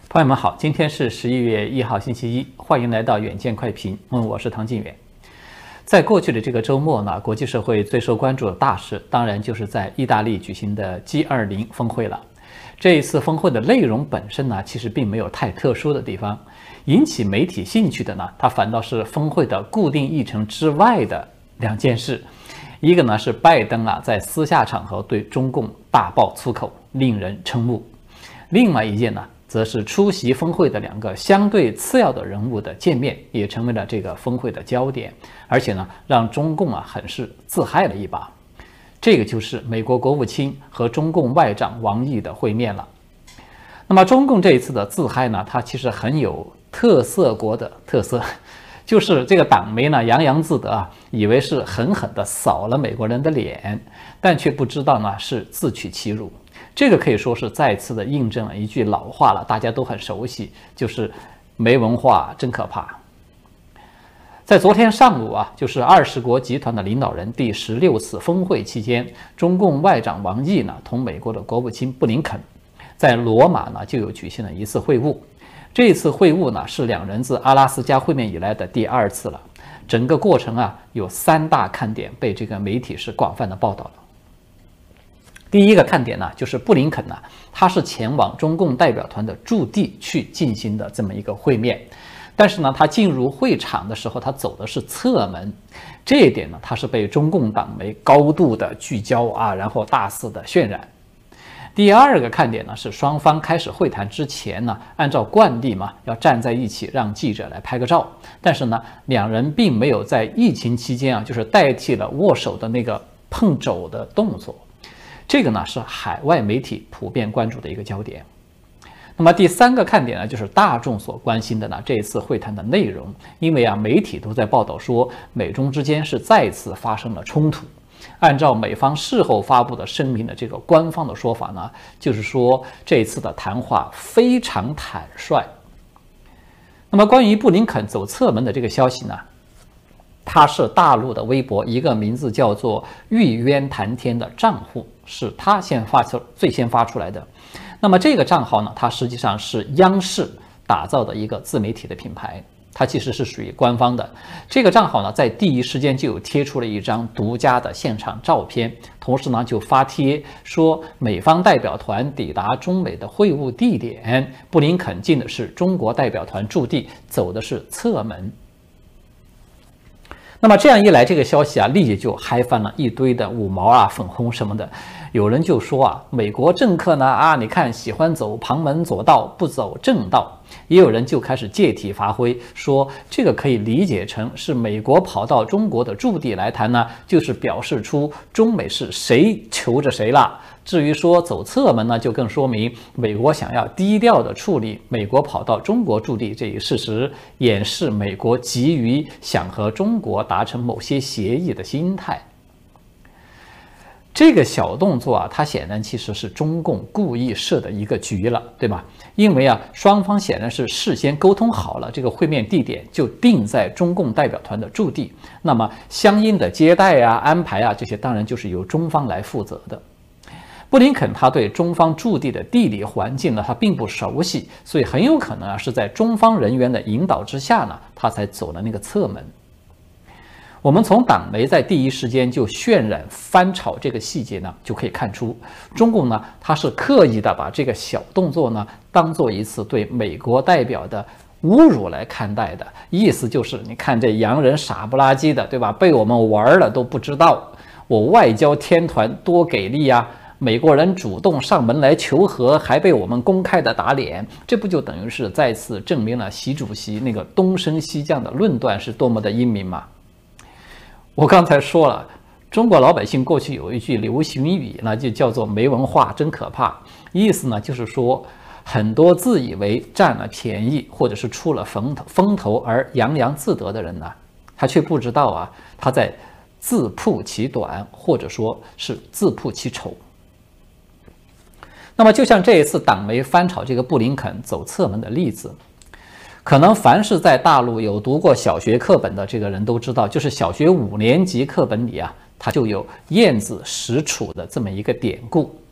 朋友们好，今天是11月1号星期一，欢迎来到远见快评。我是唐晋远。在过去的这个周末呢，国际社会最受关注的大事，当然就是在意大利举行的 G20 峰会了。这一次峰会的内容本身呢，其实并没有太特殊的地方，引起媒体兴趣的呢，它反倒是峰会的固定议程之外的两件事。一个呢是拜登在私下场合对中共大爆粗口，令人瞠目；另外一件呢，则是出席峰会的两个相对次要的人物的见面，也成为了这个峰会的焦点，而且呢，让中共很是自嗨了一把。这个就是美国国务卿和中共外长王毅的会面了。那么中共这一次的自嗨呢，它其实很有特色国的特色，就是这个党媒呢洋洋自得以为是狠狠地扫了美国人的脸，但却不知道呢是自取其辱。这个可以说是再次的印证了一句老话了，大家都很熟悉，就是没文化真可怕。在昨天上午就是20国集团的领导人第16次峰会期间，中共外长王毅呢同美国的国务卿布林肯在罗马呢就有举行了一次会晤。这次会晤呢是两人自阿拉斯加会面以来的第2次了。整个过程有3大看点被这个媒体是广泛的报道了。第一个看点呢，就是布林肯呢，他是前往中共代表团的驻地去进行的这么一个会面，但是呢，他进入会场的时候，他走的是侧门，这一点呢，他是被中共党媒高度的聚焦然后大肆的渲染。第二个看点呢，是双方开始会谈之前呢，按照惯例嘛，要站在一起让记者来拍个照，但是呢，两人并没有在疫情期间就是代替了握手的那个碰肘的动作。这个呢是海外媒体普遍关注的一个焦点。那么第3个看点呢，就是大众所关心的呢这一次会谈的内容，因为媒体都在报道说美中之间是再次发生了冲突。按照美方事后发布的声明的这个官方的说法呢，就是说这一次的谈话非常坦率。那么关于布林肯走侧门的这个消息呢，他是大陆的微博一个名字叫做玉渊谈天的账户，是他最先发出来的。那么这个账号呢，它实际上是央视打造的一个自媒体的品牌，它其实是属于官方的。这个账号呢，在第一时间就有贴出了一张独家的现场照片，同时呢就发帖说美方代表团抵达中美的会晤地点，布林肯进的是中国代表团驻地，走的是侧门。那么这样一来，这个消息立即就嗨翻了一堆的五毛粉红什么的。有人就说美国政客呢你看喜欢走旁门左道，不走正道。也有人就开始借题发挥，说这个可以理解成是美国跑到中国的驻地来谈呢，就是表示出中美是谁求着谁了。至于说走侧门呢，就更说明美国想要低调的处理美国跑到中国驻地这一事实，掩饰美国急于想和中国达成某些协议的心态。这个小动作它显然其实是中共故意设的一个局了，对吧？因为双方显然是事先沟通好了，这个会面地点就定在中共代表团的驻地，那么相应的接待安排这些当然就是由中方来负责的。布林肯他对中方驻地的地理环境呢，他并不熟悉，所以很有可能是在中方人员的引导之下呢，他才走了那个侧门。我们从党媒在第一时间就渲染翻炒这个细节呢，就可以看出，中共呢，他是刻意的把这个小动作呢，当做一次对美国代表的侮辱来看待的。意思就是，你看这洋人傻不拉几的，对吧？被我们玩了都不知道，我外交天团多给力美国人主动上门来求和，还被我们公开的打脸，这不就等于是再次证明了习主席那个东升西降的论断是多么的英明吗？我刚才说了，中国老百姓过去有一句流行语呢，就叫做没文化真可怕。意思呢就是说，很多自以为占了便宜或者是出了风头而洋洋自得的人呢，他却不知道他在自曝其短，或者说是自曝其丑。那么就像这一次党媒翻炒这个布林肯走侧门的例子，可能凡是在大陆有读过小学课本的这个人都知道，就是小学5年级课本里它就有晏子使楚的这么一个典故。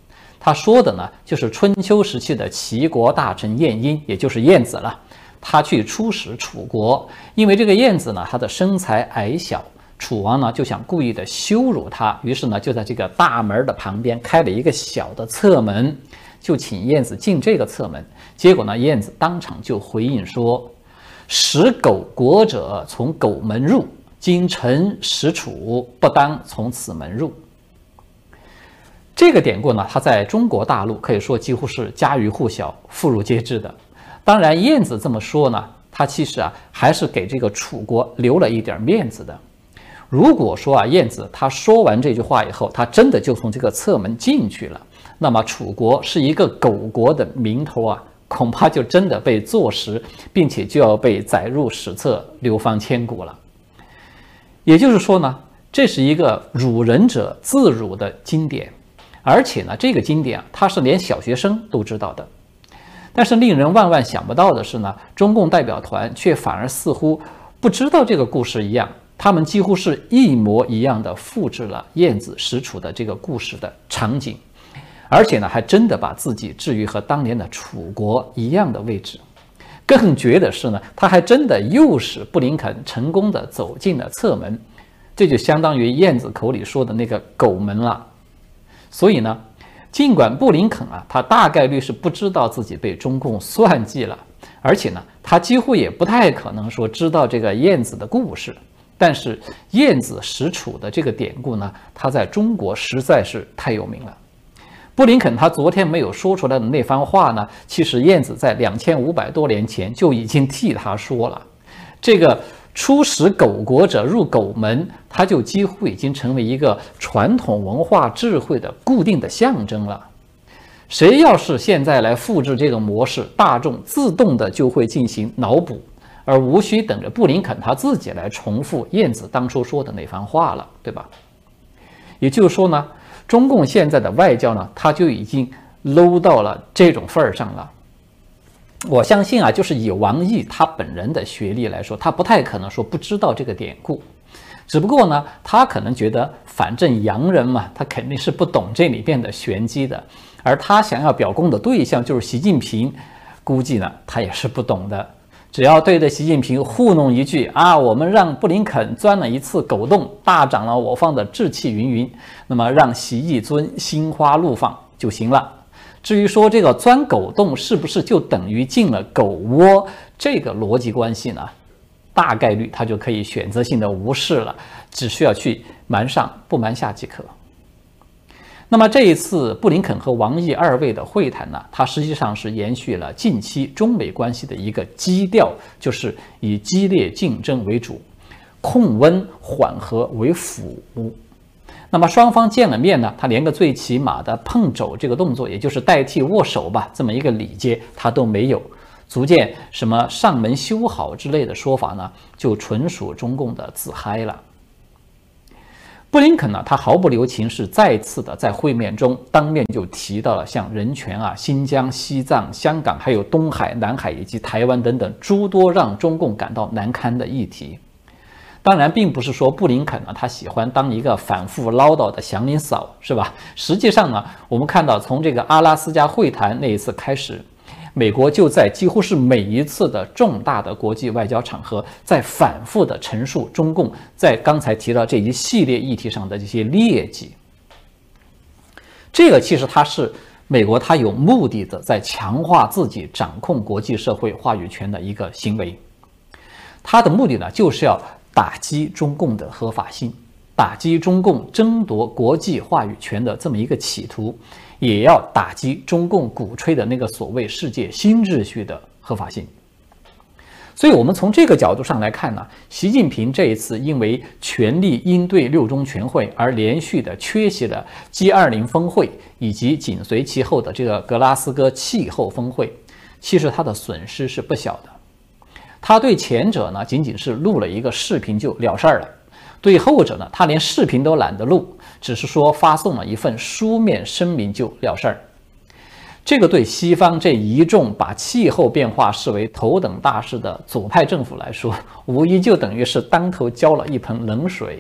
他说的呢，就是春秋时期的齐国大臣晏婴，也就是晏子了。他去出使楚国，因为这个晏子呢，他的身材矮小，楚王呢就想故意的羞辱他，于是呢就在这个大门的旁边开了一个小的侧门，就请晏子进这个侧门。结果呢，晏子当场就回应说：“使狗国者从狗门入，今臣使楚，不当从此门入。”这个典故呢，它在中国大陆可以说几乎是家喻户晓、妇孺皆知的。当然，晏子这么说呢，他其实还是给这个楚国留了一点面子的。如果说晏子他说完这句话以后，他真的就从这个侧门进去了，那么楚国是一个狗国的名头恐怕就真的被坐实，并且就要被载入史册，流芳千古了。也就是说呢，这是一个辱人者自辱的经典，而且呢，这个经典它是连小学生都知道的。但是令人万万想不到的是呢，中共代表团却反而似乎不知道这个故事一样，他们几乎是一模一样的复制了晏子使楚的这个故事的场景，而且呢，还真的把自己置于和当年的楚国一样的位置。更绝的是呢，他还真的诱使布林肯成功的走进了侧门，这就相当于晏子口里说的那个狗门了。所以呢，尽管布林肯他大概率是不知道自己被中共算计了，而且呢，他几乎也不太可能说知道这个晏子的故事。但是晏子使楚的这个典故呢，他在中国实在是太有名了。布林肯他昨天没有说出来的那番话呢，其实晏子在2500多年前就已经替他说了。这个出使狗国者入狗门，它就几乎已经成为一个传统文化智慧的固定的象征了。谁要是现在来复制这个模式，大众自动的就会进行脑补，而无需等着布林肯他自己来重复晏子当初说的那番话了，对吧？也就是说呢，中共现在的外交呢，它就已经 low 到了这种份儿上了。我相信就是以王毅他本人的学历来说，他不太可能说不知道这个典故，只不过呢，他可能觉得反正洋人嘛，他肯定是不懂这里边的玄机的，而他想要表功的对象就是习近平，估计呢他也是不懂的。只要对着习近平糊弄一句我们让布林肯钻了一次狗洞，大涨了我方的志气云云，那么让习一尊心花怒放就行了。至于说这个钻狗洞是不是就等于进了狗窝，这个逻辑关系呢，大概率他就可以选择性的无视了，只需要去瞒上不瞒下即可。那么这一次布林肯和王毅二位的会谈呢，它实际上是延续了近期中美关系的一个基调，就是以激烈竞争为主，控温缓和为辅。那么双方见了面呢，他连个最起码的碰肘这个动作，也就是代替握手吧，这么一个礼节他都没有，足见什么上门修好之类的说法呢，就纯属中共的自嗨了。布林肯呢，他毫不留情，是再次的在会面中当面就提到了像人权新疆、西藏、香港，还有东海、南海以及台湾等等诸多让中共感到难堪的议题。当然，并不是说布林肯呢，他喜欢当一个反复唠叨的祥林嫂，是吧？实际上呢，我们看到从这个阿拉斯加会谈那一次开始，美国就在几乎是每一次的重大的国际外交场合，在反复的陈述中共在刚才提到这一系列议题上的这些劣迹。这个其实它是美国它有目的的在强化自己掌控国际社会话语权的一个行为。它的目的呢，就是要打击中共的合法性，打击中共争夺国际话语权的这么一个企图，也要打击中共鼓吹的那个所谓世界新秩序的合法性。所以我们从这个角度上来看呢，习近平这一次因为全力应对六中全会而连续的缺席了 G20 峰会以及紧随其后的这个格拉斯哥气候峰会，其实他的损失是不小的。他对前者呢仅仅是录了一个视频就了事儿了，对后者呢他连视频都懒得录，只是说发送了一份书面声明就了事儿。这个对西方这一众把气候变化视为头等大事的左派政府来说，无疑就等于是当头浇了一盆冷水，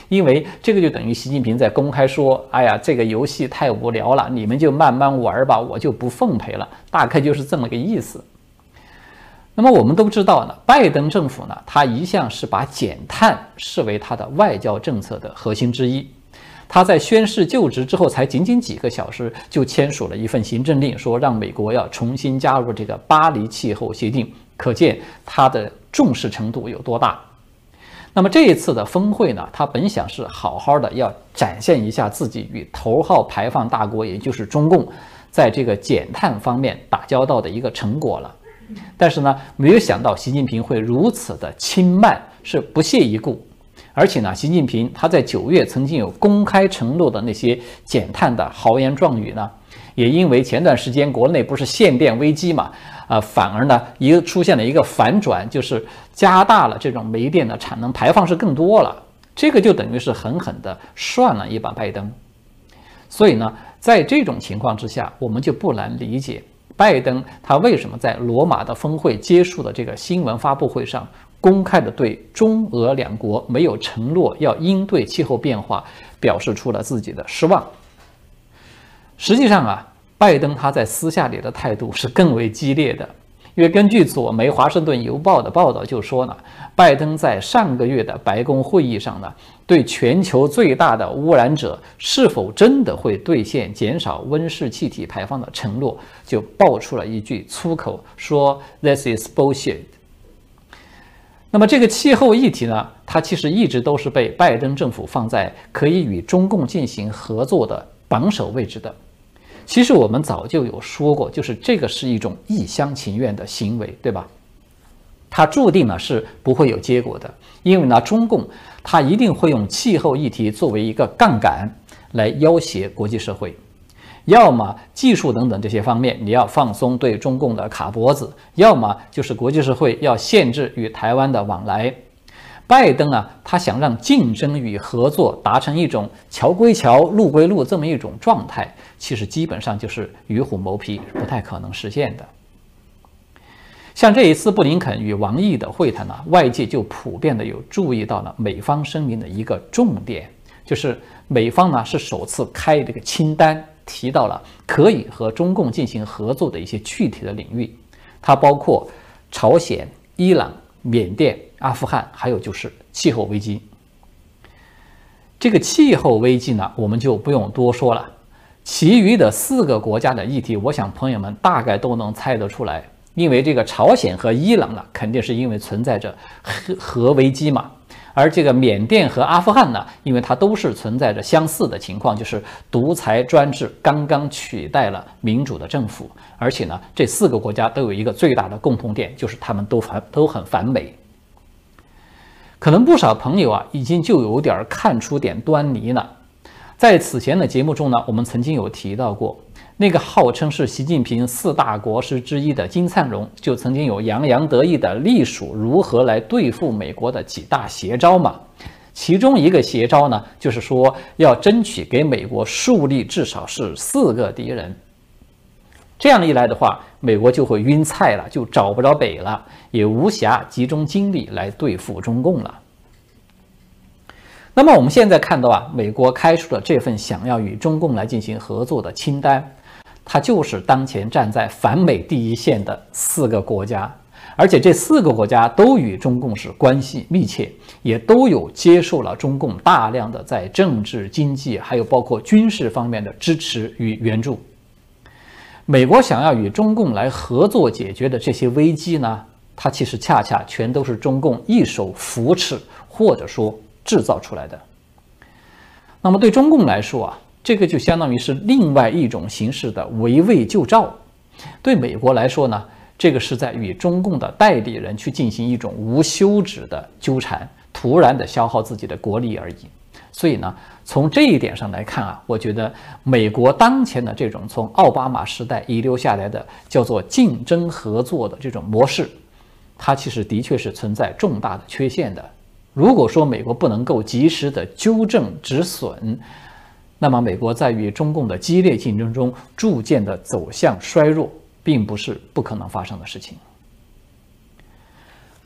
因为这个就等于习近平在公开说：“哎呀，这个游戏太无聊了，你们就慢慢玩吧，我就不奉陪了。”大概就是这么个意思。那么我们都知道呢，拜登政府呢，他一向是把减碳视为他的外交政策的核心之一。他在宣誓就职之后，才仅仅几个小时就签署了一份行政令，说让美国要重新加入这个巴黎气候协定，可见他的重视程度有多大。那么这一次的峰会呢，他本想是好好的要展现一下自己与头号排放大国，也就是中共，在这个减碳方面打交道的一个成果了。但是呢，没有想到习近平会如此的轻慢，是不屑一顾。而且呢，习近平他在9月曾经有公开承诺的那些减碳的豪言壮语呢，也因为前段时间国内不是限电危机嘛，反而呢出现了一个反转，就是加大了这种煤电的产能排放是更多了，这个就等于是狠狠的涮了一把拜登。所以呢，在这种情况之下，我们就不难理解拜登他为什么在罗马的峰会结束的这个新闻发布会上，公开的对中俄两国没有承诺要应对气候变化表示出了自己的失望。实际上啊，拜登他在私下里的态度是更为激烈的，因为根据左媒《华盛顿邮报》的报道就说呢，拜登在上个月的白宫会议上呢，对全球最大的污染者是否真的会兑现减少温室气体排放的承诺，就爆出了一句粗口，说 "This is bullshit"。那么这个气候议题呢，它其实一直都是被拜登政府放在可以与中共进行合作的榜首位置的。其实我们早就有说过，就是这个是一种一厢情愿的行为，对吧？它注定呢是不会有结果的，因为呢，中共它一定会用气候议题作为一个杠杆来要挟国际社会。要么技术等等这些方面你要放松对中共的卡脖子，要么就是国际社会要限制与台湾的往来。拜登啊，他想让竞争与合作达成一种桥归桥、路归路这么一种状态，其实基本上就是与虎谋皮，不太可能实现的。像这一次布林肯与王毅的会谈呢，外界就普遍的有注意到了美方声明的一个重点，就是美方呢是首次开这个清单，提到了可以和中共进行合作的一些具体的领域，它包括朝鲜、伊朗、缅甸、阿富汗，还有就是气候危机。这个气候危机呢，我们就不用多说了，其余的4个国家的议题，我想朋友们大概都能猜得出来，因为这个朝鲜和伊朗呢，肯定是因为存在着核危机嘛。而这个缅甸和阿富汗呢，因为它都是存在着相似的情况，就是独裁专制刚刚取代了民主的政府，而且呢，这4个国家都有一个最大的共同点，就是他们都很反美。可能不少朋友啊，已经就有点看出点端倪了。在此前的节目中呢，我们曾经有提到过，那个号称是习近平4大国师之一的金灿荣，就曾经有洋洋得意的隶属如何来对付美国的几大邪招嘛。其中一个邪招呢，就是说要争取给美国树立至少是4个敌人。这样一来的话，美国就会晕菜了，就找不着北了，也无暇集中精力来对付中共了。那么我们现在看到啊，美国开出了这份想要与中共来进行合作的清单，它就是当前站在反美第一线的4个国家，而且这4个国家都与中共是关系密切，也都有接受了中共大量的在政治、经济还有包括军事方面的支持与援助。美国想要与中共来合作解决的这些危机呢，它其实恰恰全都是中共一手扶持或者说制造出来的。那么对中共来说啊，这个就相当于是另外一种形式的围魏救赵。对美国来说呢，这个是在与中共的代理人去进行一种无休止的纠缠，突然的消耗自己的国力而已。所以呢，从这一点上来看啊，我觉得美国当前的这种从奥巴马时代遗留下来的叫做竞争合作的这种模式，它其实的确是存在重大的缺陷的。如果说美国不能够及时的纠正止损，那么美国在与中共的激烈竞争中逐渐的走向衰弱，并不是不可能发生的事情。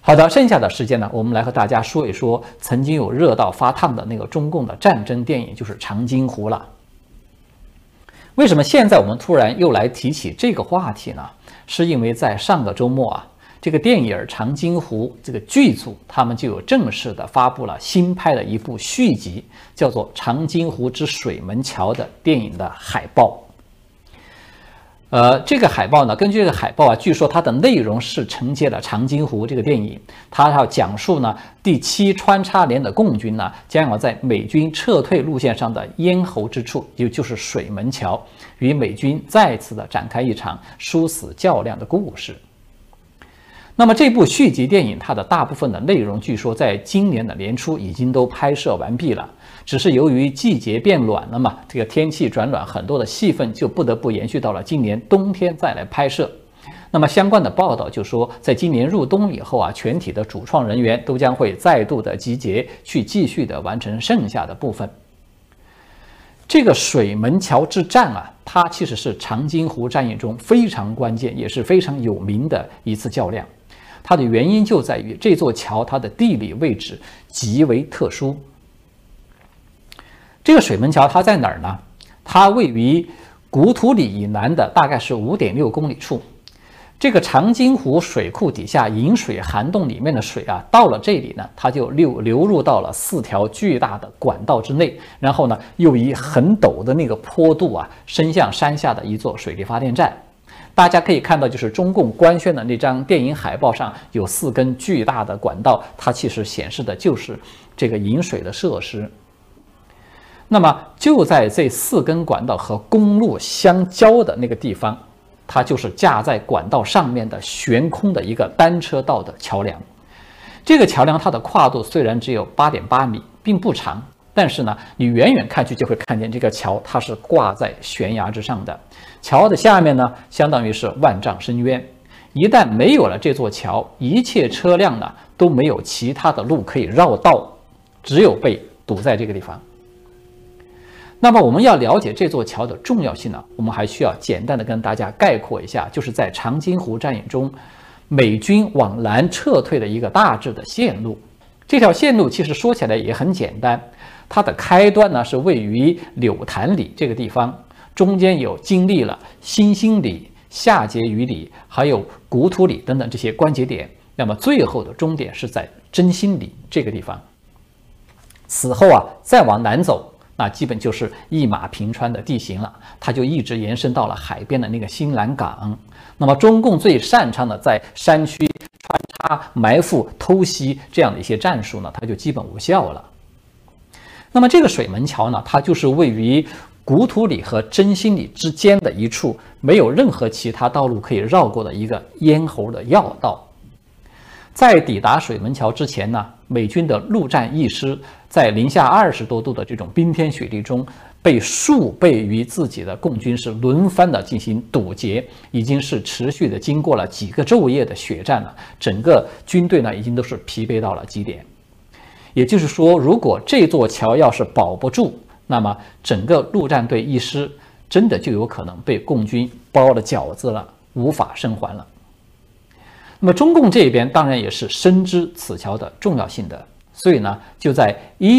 好的，剩下的时间呢，我们来和大家说一说曾经有热到发烫的那个中共的战争电影，就是《长津湖》了。为什么现在我们突然又来提起这个话题呢？是因为在上个周末啊，这个电影《长津湖》这个剧组他们就有正式的发布了新拍的一部续集，叫做《长津湖之水门桥》的电影的海报。这个海报呢，根据这个海报啊，据说它的内容是承接了《长津湖》这个电影，它要讲述呢第7穿插连的共军呢，将要在美军撤退路线上的咽喉之处，也就是水门桥，与美军再次的展开一场殊死较量的故事。那么这部续集电影，它的大部分的内容，据说在今年的年初已经都拍摄完毕了。只是由于季节变暖了嘛，这个天气转暖，很多的戏份就不得不延续到了今年冬天再来拍摄。那么相关的报道就说，在今年入冬以后啊，全体的主创人员都将会再度的集结，去继续的完成剩下的部分。这个水门桥之战啊，它其实是长津湖战役中非常关键，也是非常有名的一次较量。它的原因就在于这座桥它的地理位置极为特殊。这个水门桥它在哪儿呢？它位于古土里以南的大概是5.6公里处。这个长津湖水库底下引水涵洞里面的水啊，到了这里呢，它就流入到了4条巨大的管道之内，然后呢，又以很陡的那个坡度啊，伸向山下的一座水力发电站。大家可以看到，就是中共官宣的那张电影海报上有4根巨大的管道，它其实显示的就是这个引水的设施。那么就在这4根管道和公路相交的那个地方，它就是架在管道上面的悬空的一个单车道的桥梁。这个桥梁它的跨度虽然只有8.8米，并不长，但是呢，你远远看去就会看见这个桥它是挂在悬崖之上的。桥的下面呢，相当于是万丈深渊。一旦没有了这座桥，一切车辆呢都没有其他的路可以绕道，只有被堵在这个地方。那么我们要了解这座桥的重要性呢，我们还需要简单的跟大家概括一下，就是在长津湖战役中，美军往南撤退的一个大致的线路。这条线路其实说起来也很简单，它的开端呢是位于柳潭里这个地方，中间有经历了新兴里、下碣隅里，还有古土里等等这些关节点。那么最后的终点是在真心里这个地方。此后啊，再往南走，那基本就是一马平川的地形了，它就一直延伸到了海边的那个新兰港。那么中共最擅长的在山区穿插、埋伏、偷袭这样的一些战术呢，它就基本无效了。那么这个水门桥呢，它就是位于古土里和真心里之间的一处没有任何其他道路可以绕过的一个咽喉的要道。在抵达水门桥之前呢，美军的陆战一师在零下20多度的这种冰天雪地中，被数倍于自己的共军是轮番的进行堵截，已经是持续的经过了几个昼夜的血战了。整个军队呢，已经都是疲惫到了极点。也就是说，如果这座桥要是保不住，那么整个陆战队一师真的就有可能被共军包了饺子了，无法生还了。那么中共这边当然也是深知此桥的重要性的，所以呢，就在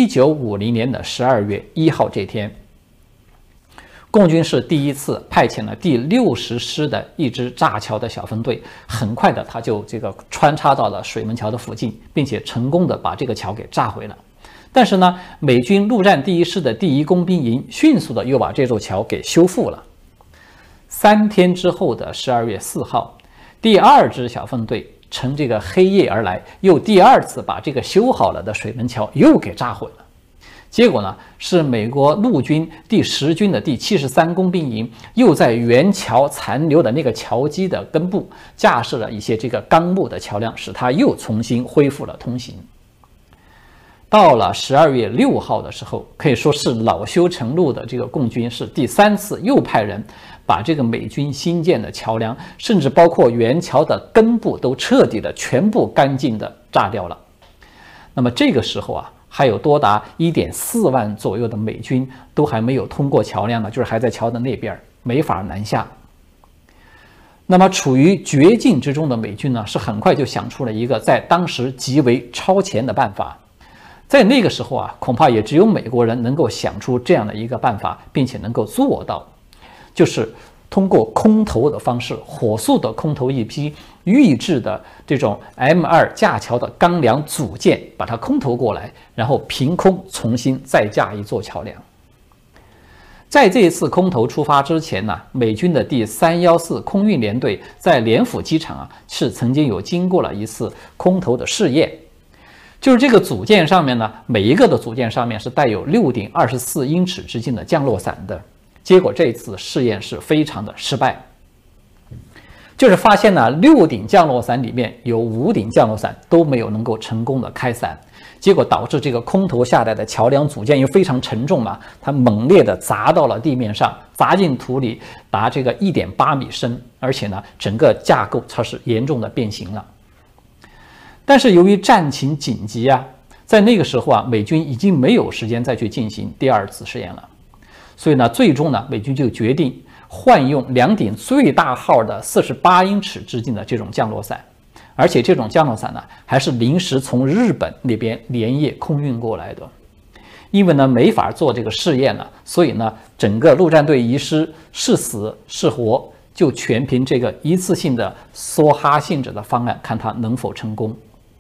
1950年的12月1号这天，共军是第一次派遣了第60师的一支炸桥的小分队，很快的他就穿插到了水门桥的附近，并且成功的把这个桥给炸毁了。但是呢，美军陆战第1师的第1工兵营迅速的又把这座桥给修复了。3天之后的12月4号，第2支小分队乘这个黑夜而来，又第2次把这个修好了的水门桥又给炸毁了。结果呢，是美国陆军第10军的第73工兵营又在原桥残留的那个桥基的根部架设了一些这个钢木的桥梁，使它又重新恢复了通行。到了12月6号的时候，可以说是恼羞成怒的这个共军是第3次又派人把这个美军新建的桥梁，甚至包括原桥的根部都彻底的全部干净的炸掉了。那么这个时候啊，还有多达1.4万左右的美军都还没有通过桥梁呢，就是还在桥的那边，没法南下。 那么处于绝境之中的美军呢，是很快就想出了一个在当时极为超前的办法。在那个时候啊，恐怕也只有美国人能够想出这样的一个办法，并且能够做到，就是通过空投的方式，火速的空投一批预制的这种 M2 架桥的钢梁组件，把它空投过来，然后凭空重新再架一座桥梁。在这一次空投出发之前呢，美军的第314空运联队在联府机场是曾经有经过了一次空投的试验。就是这个组件上面呢，每一个的组件上面是带有6顶24英尺直径的降落伞的。结果这次试验是非常的失败，就是发现呢，6顶降落伞里面有5顶降落伞都没有能够成功的开伞，结果导致这个空投下来的桥梁组件又非常沉重嘛，它猛烈的砸到了地面上，砸进土里达这个1.8米深，而且呢，整个架构它是严重的变形了。但是由于战情紧急啊，在那个时候啊，美军已经没有时间再去进行第2次试验了，所以呢，最终呢，美军就决定换用2顶最大号的48英尺直径的这种降落伞，而且这种降落伞呢，还是临时从日本那边连夜空运过来的。因为呢没法做这个试验了，所以呢，整个陆战队遗失是死是活，就全凭这个一次性的梭哈性质的方案，看它能否成功。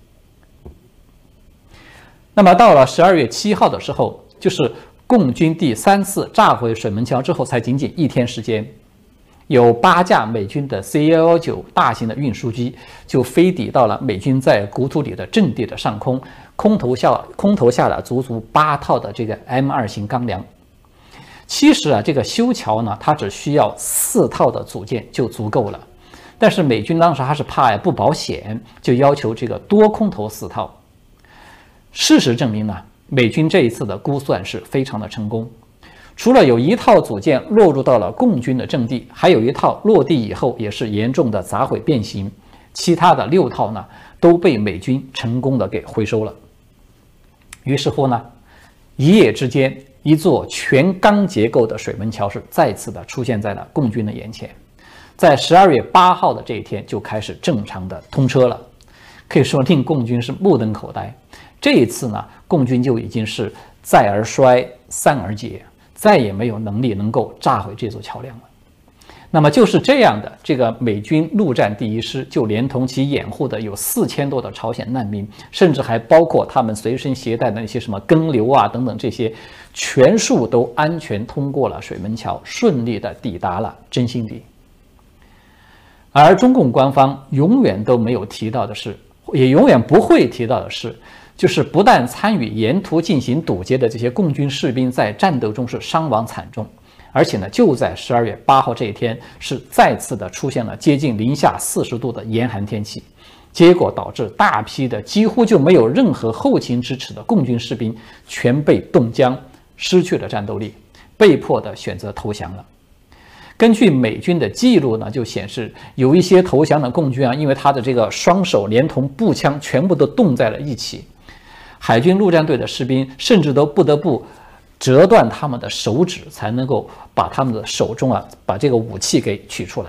那么到了12月7号的时候，就是共军第3次炸毁水门桥之后，才仅仅1天时间，有8架美军的 C119大型的运输机就飞抵到了美军在古土里的阵地的上空，空投下了足足8套的这个 M2 型钢梁。其实啊，这个修桥呢，它只需要4套的组件就足够了，但是美军当时还是怕不保险，就要求这个多空投4套。事实证明呢，美军这一次的估算是非常的成功。除了有1套组件落入到了共军的阵地，还有1套落地以后也是严重的砸毁变形，其他的6套呢都被美军成功的给回收了。于是乎呢，一夜之间，一座全钢结构的水门桥是再次的出现在了共军的眼前，在12月8号的这一天就开始正常的通车了，可以说令共军是目瞪口呆。这一次呢，共军就已经是再而衰，三而竭，再也没有能力能够炸毁这座桥梁了。那么就是这样的，这个美军陆战第1师就连同其掩护的有4000多的朝鲜难民，甚至还包括他们随身携带的那些什么更流啊等等，这些全数都安全通过了水门桥，顺利的抵达了真心地。而中共官方永远都没有提到的是，也永远不会提到的是，就是不但参与沿途进行堵截的这些共军士兵在战斗中是伤亡惨重，而且呢，就在12月8号这一天，是再次的出现了接近零下40度的严寒天气，结果导致大批的几乎就没有任何后勤支持的共军士兵全被冻僵，失去了战斗力，被迫的选择投降了。根据美军的记录呢，就显示有一些投降的共军啊，因为他的这个双手连同步枪全部都冻在了一起，海军陆战队的士兵甚至都不得不折断他们的手指，才能够把他们的手中把这个武器给取出来。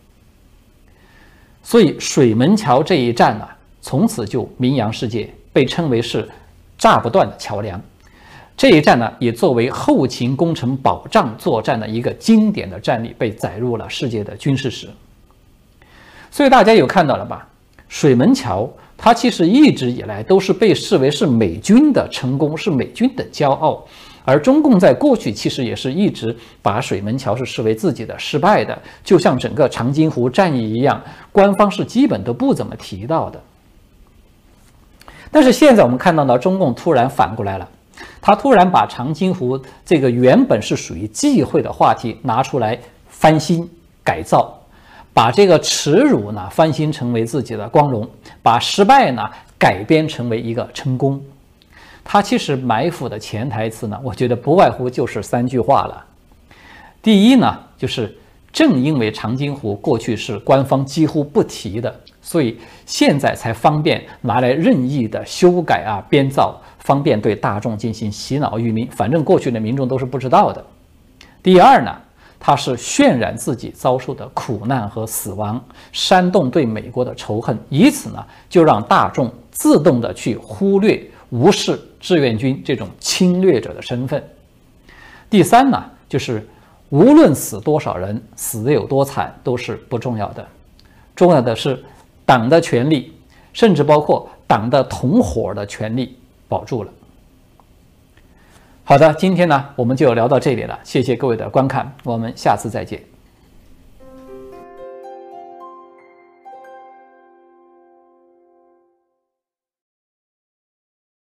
所以水门桥这一战呢，从此就名扬世界，被称为是炸不断的桥梁。这一战呢，也作为后勤工程保障作战的一个经典的战例，被载入了世界的军事史。所以大家有看到了吧？水门桥它其实一直以来都是被视为是美军的成功，是美军的骄傲。而中共在过去其实也是一直把水门桥是视为自己的失败的，就像整个长津湖战役一样，官方是基本都不怎么提到的。但是现在我们看到呢，中共突然反过来了，他突然把长津湖这个原本是属于忌讳的话题拿出来翻新改造，把这个耻辱呢翻新成为自己的光荣，把失败呢改编成为一个成功。他其实埋伏的潜台词呢，我觉得不外乎就是3句话了。第一呢，就是正因为长津湖过去是官方几乎不提的，所以现在才方便拿来任意的修改编造，方便对大众进行洗脑愚民，反正过去的民众都是不知道的。第二呢， 它是渲染自己遭受的苦难和死亡，煽动对美国的仇恨，以此呢就让大众自动的去忽略、无视志愿军这种侵略者的身份。第三呢，就是无论死多少人，死得有多惨都是不重要的，重要的是党的权利，甚至包括党的同伙的权利保住了。好的，今天呢我们就聊到这里了，谢谢各位的观看，我们下次再见。